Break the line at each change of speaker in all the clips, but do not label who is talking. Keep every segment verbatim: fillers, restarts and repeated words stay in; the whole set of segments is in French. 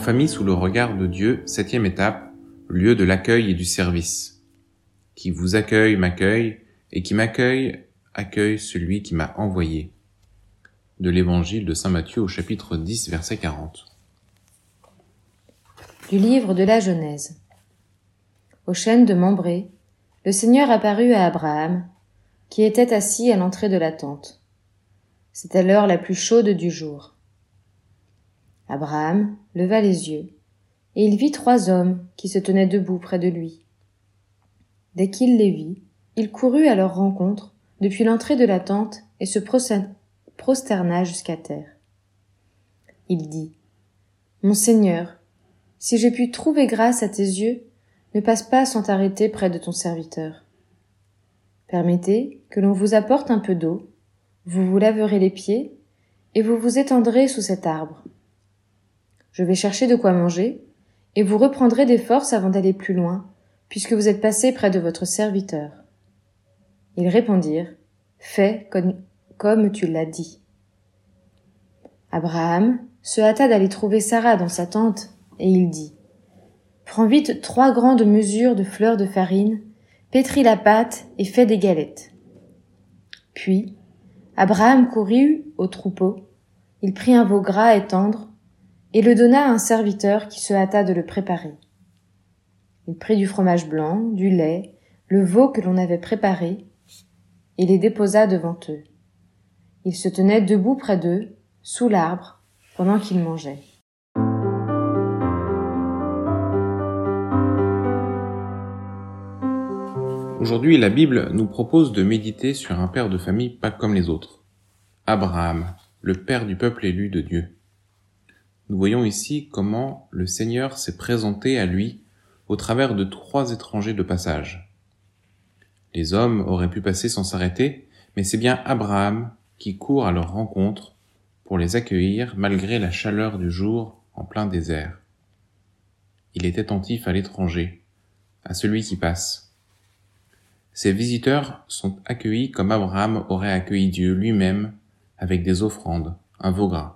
famille sous le regard de Dieu, septième étape, lieu de l'accueil et du service. Qui vous accueille m'accueille, et qui m'accueille accueille celui qui m'a envoyé. De l'évangile de saint Matthieu au chapitre dix, verset quarante.
Du livre de la Genèse. Au chêne de Mambré, le Seigneur apparut à Abraham, qui était assis à l'entrée de la tente. C'était l'heure la plus chaude du jour. Abraham leva les yeux, et il vit trois hommes qui se tenaient debout près de lui. Dès qu'il les vit, il courut à leur rencontre depuis l'entrée de la tente et se prosterna jusqu'à terre. Il dit : « Mon Seigneur, si j'ai pu trouver grâce à tes yeux, ne passe pas sans t'arrêter près de ton serviteur. Permettez que l'on vous apporte un peu d'eau, vous vous laverez les pieds, et vous vous étendrez sous cet arbre. Je vais chercher de quoi manger, et vous reprendrez des forces avant d'aller plus loin, puisque vous êtes passé près de votre serviteur. » Ils répondirent : « Fais comme, comme tu l'as dit. » Abraham se hâta d'aller trouver Sarah dans sa tente, et il dit : « Prends vite trois grandes mesures de fleur de farine, pétris la pâte et fais des galettes. » Puis, Abraham courut au troupeau, il prit un veau gras et tendre, et le donna à un serviteur qui se hâta de le préparer. Il prit du fromage blanc, du lait, le veau que l'on avait préparé, et les déposa devant eux. Il se tenait debout près d'eux, sous l'arbre, pendant qu'ils mangeaient.
Aujourd'hui, la Bible nous propose de méditer sur un père de famille pas comme les autres. Abraham, le père du peuple élu de Dieu. Nous voyons ici comment le Seigneur s'est présenté à lui au travers de trois étrangers de passage. Les hommes auraient pu passer sans s'arrêter, mais c'est bien Abraham qui court à leur rencontre pour les accueillir malgré la chaleur du jour en plein désert. Il est attentif à l'étranger, à celui qui passe. Ces visiteurs sont accueillis comme Abraham aurait accueilli Dieu lui-même avec des offrandes, un veau gras.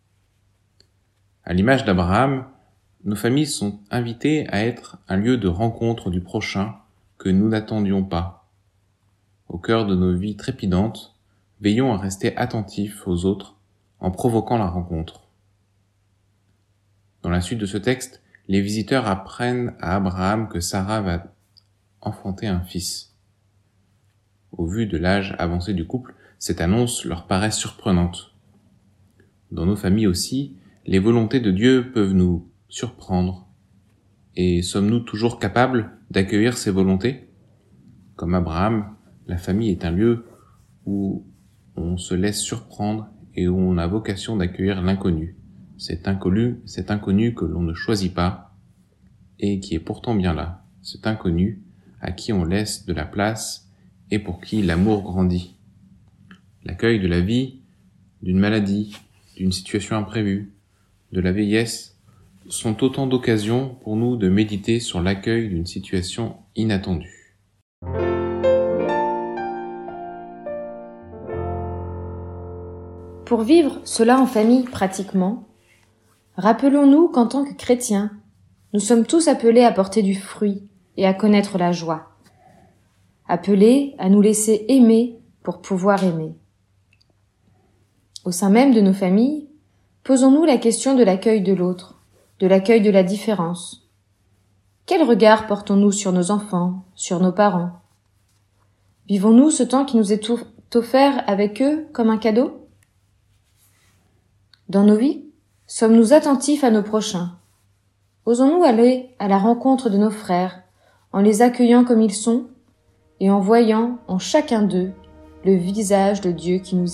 À l'image d'Abraham, nos familles sont invitées à être un lieu de rencontre du prochain que nous n'attendions pas. Au cœur de nos vies trépidantes, veillons à rester attentifs aux autres en provoquant la rencontre. Dans la suite de ce texte, les visiteurs apprennent à Abraham que Sarah va enfanter un fils. Au vu de l'âge avancé du couple, cette annonce leur paraît surprenante. Dans nos familles aussi, les volontés de Dieu peuvent nous surprendre. Et sommes-nous toujours capables d'accueillir ces volontés ? Comme Abraham, la famille est un lieu où on se laisse surprendre et où on a vocation d'accueillir l'inconnu. Cet inconnu, cet inconnu que l'on ne choisit pas et qui est pourtant bien là. Cet inconnu à qui on laisse de la place et pour qui l'amour grandit. L'accueil de la vie, d'une maladie, d'une situation imprévue, de la vieillesse, sont autant d'occasions pour nous de méditer sur l'accueil d'une situation inattendue.
Pour vivre cela en famille pratiquement, rappelons-nous qu'en tant que chrétiens, nous sommes tous appelés à porter du fruit et à connaître la joie. Appelés à nous laisser aimer pour pouvoir aimer. Au sein même de nos familles, posons-nous la question de l'accueil de l'autre, de l'accueil de la différence. Quel regard portons-nous sur nos enfants, sur nos parents ? Vivons-nous ce temps qui nous est offert avec eux comme un cadeau ? Dans nos vies, sommes-nous attentifs à nos prochains ? Osons-nous aller à la rencontre de nos frères, en les accueillant comme ils sont, et en voyant en chacun d'eux le visage de Dieu qui nous aime ?